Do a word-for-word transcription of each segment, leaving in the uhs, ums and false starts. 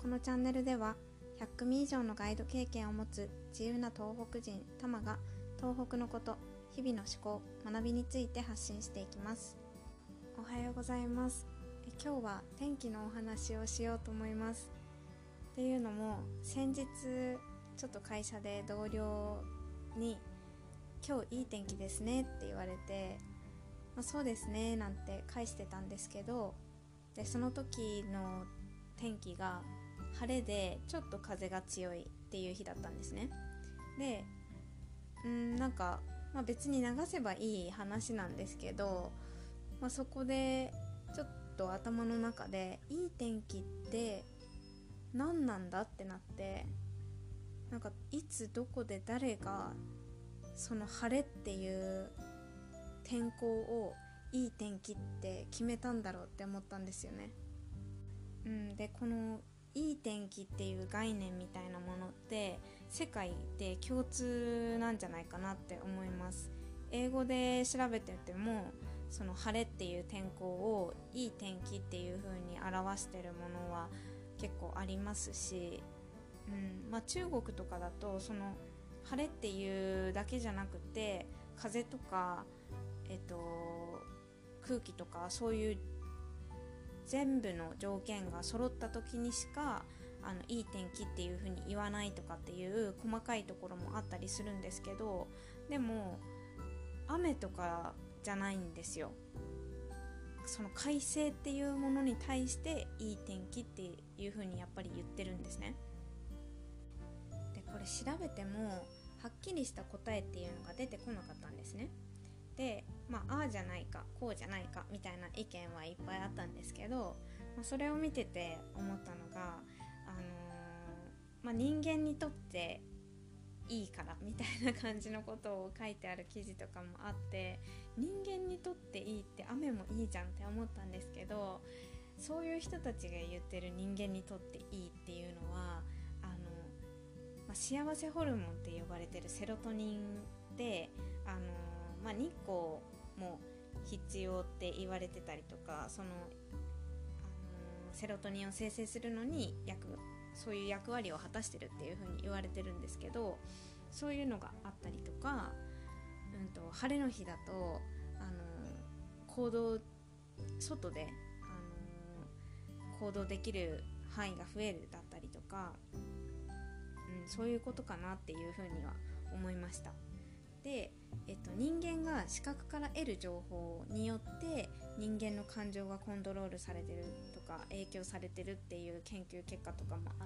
このチャンネルではひゃく組以上のガイド経験を持つ自由な東北人タマが東北のこと、日々の思考、学びについて発信していきます。おはようございます。え今日は天気のお話をしようと思います。っていうのも先日ちょっと会社で同僚に今日いい天気ですねって言われて、まあ、そうですねなんて返してたんですけど、でその時の天気が晴れでちょっと風が強いっていう日だったんですね。でんなんか、まあ、別に流せばいい話なんですけど、まあ、そこでちょっと頭の中でいい天気って何なんだってなって、なんかいつどこで誰がその晴れっていう天候をいい天気って決めたんだろうって思ったんですよね。うん、でこのいい天気っていう概念みたいなものって世界で共通なんじゃないかなって思います。英語で調べててもその晴れっていう天候をいい天気っていう風に表してるものは結構ありますし、うんまあ、中国とかだとその晴れっていうだけじゃなくて風とか、えっと、空気とかそういう全部の条件が揃った時にしかあのいい天気っていう風に言わないとかっていう細かいところもあったりするんですけど、でも雨とかじゃないんですよ。その快晴っていうものに対していい天気っていう風にやっぱり言ってるんですね。でこれ調べてもはっきりした答えっていうのが出てこなかったんですね。でまあああじゃないかこうじゃないかみたいな意見はいっぱいあったんですけど、まあ、それを見てて思ったのが、あのーまあ、人間にとっていいからみたいな感じのことを書いてある記事とかもあって、人間にとっていいって雨もいいじゃんって思ったんですけど、そういう人たちが言ってる人間にとっていいっていうのはあの、まあ、幸せホルモンって呼ばれてるセロトニンで、あのまあ、日光も必要って言われてたりとか、その、あのセロトニンを生成するのに役そういう役割を果たしてるっていう風に言われてるんですけど、そういうのがあったりとか、うんと、晴れの日だとあの行動外であの行動できる範囲が増えるだったりとか、うん、そういうことかなっていう風には思いました。で、えっと、人間が視覚から得る情報によって人間の感情がコントロールされてるとか影響されてるっていう研究結果とかもあって、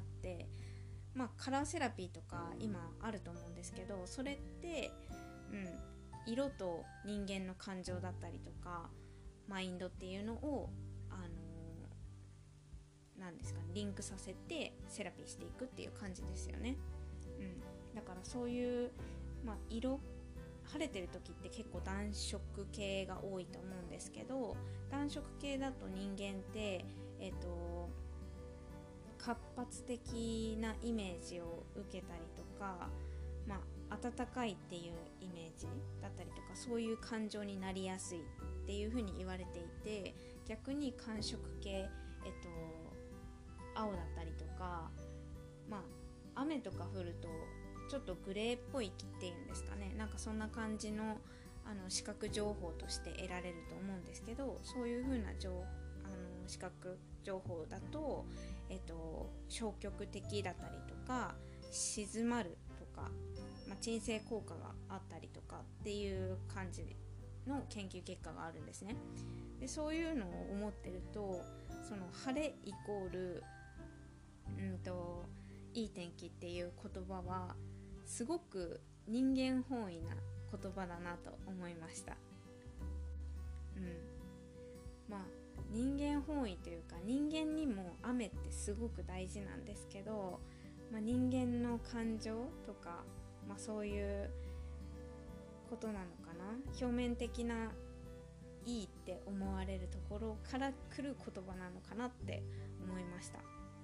まあ、カラーセラピーとか今あると思うんですけど、それって、うん、色と人間の感情だったりとかマインドっていうのを、あのー、なんですかね、リンクさせてセラピーしていくっていう感じですよね。うん、だからそういう、まあ、色晴れてる時って結構暖色系が多いと思うんですけど、暖色系だと人間って、えっと、活発的なイメージを受けたりとか、まあ、暖かいっていうイメージだったりとか、そういう感情になりやすいっていう風に言われていて、逆に寒色系、えっと、青だったりとか、まあ、雨とか降るとちょっとグレーっぽいっていうんですかね、なんかそんな感じの、あの視覚情報として得られると思うんですけど、そういう風な情報あの視覚情報だと、えっと、消極的だったりとか静まるとか、まあ、鎮静効果があったりとかっていう感じの研究結果があるんですね。でそういうのを思ってると、その晴れイコール、うんと、いい天気っていう言葉はすごく人間本位な言葉だなと思いました。うん、まあ人間本位というか人間にも雨ってすごく大事なんですけど、まあ、人間の感情とか、まあ、そういうことなのかな、表面的ないいって思われるところから来る言葉なのかなって思いました。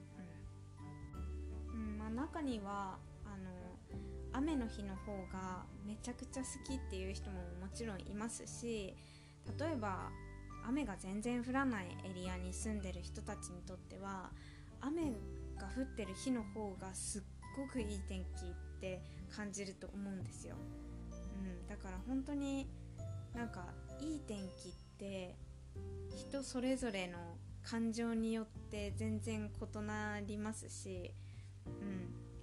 うんうんまあ、中にはあの雨の日の方がめちゃくちゃ好きっていう人ももちろんいますし、例えば雨が全然降らないエリアに住んでる人たちにとっては雨が降ってる日の方がすっごくいい天気って感じると思うんですよ、うん、だから本当になんかいい天気って人それぞれの感情によって全然異なりますし、うん、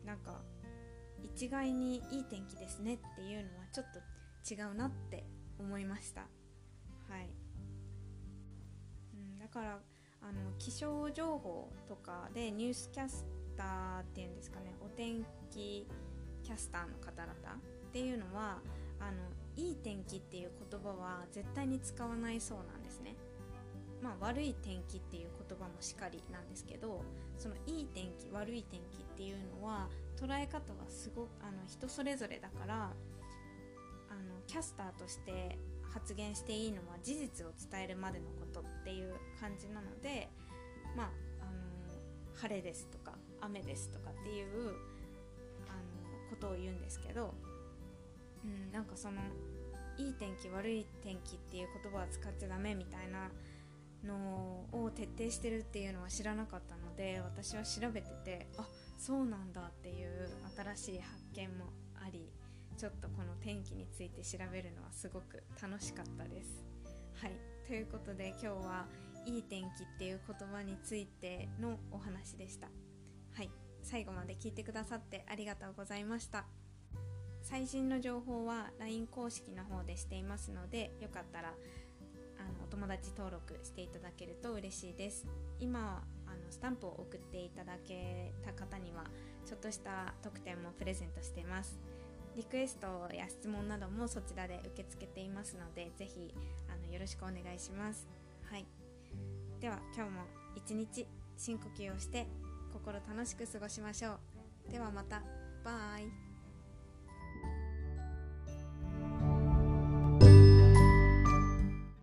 なんか一概にいい天気ですねっていうのはちょっと違うなって思いました。はい、うん、だからあの気象情報とかでニュースキャスターっていうんですかね、お天気キャスターの方々っていうのはあのいい天気っていう言葉は絶対に使わないそうなんですね。まあ悪い天気っていう言葉もしかりなんですけど、そのいい天気悪い天気っていうのは捉え方はすごくあの人それぞれだから、あのキャスターとして発言していいのは事実を伝えるまでのことっていう感じなので、まあ、あの晴れですとか雨ですとかっていうあのことを言うんですけど、うん、なんかそのいい天気悪い天気っていう言葉は使っちゃダメみたいなのを徹底してるっていうのは知らなかったので、私は調べてて、あ、そうなんだっていう新しい発見もあり、ちょっとこの天気について調べるのはすごく楽しかったです。はい、ということで今日はいい天気っていう言葉についてのお話でした。はい、最後まで聞いてくださってありがとうございました。最新の情報は ライン 公式の方でしていますので、よかったらあのお友達登録していただけると嬉しいです。今はあのスタンプを送っていただけた方にはちょっとした特典もプレゼントしています。リクエストや質問などもそちらで受け付けていますので、ぜひあのよろしくお願いします。はい、では今日も一日深呼吸をして心楽しく過ごしましょう。ではまた。バイ。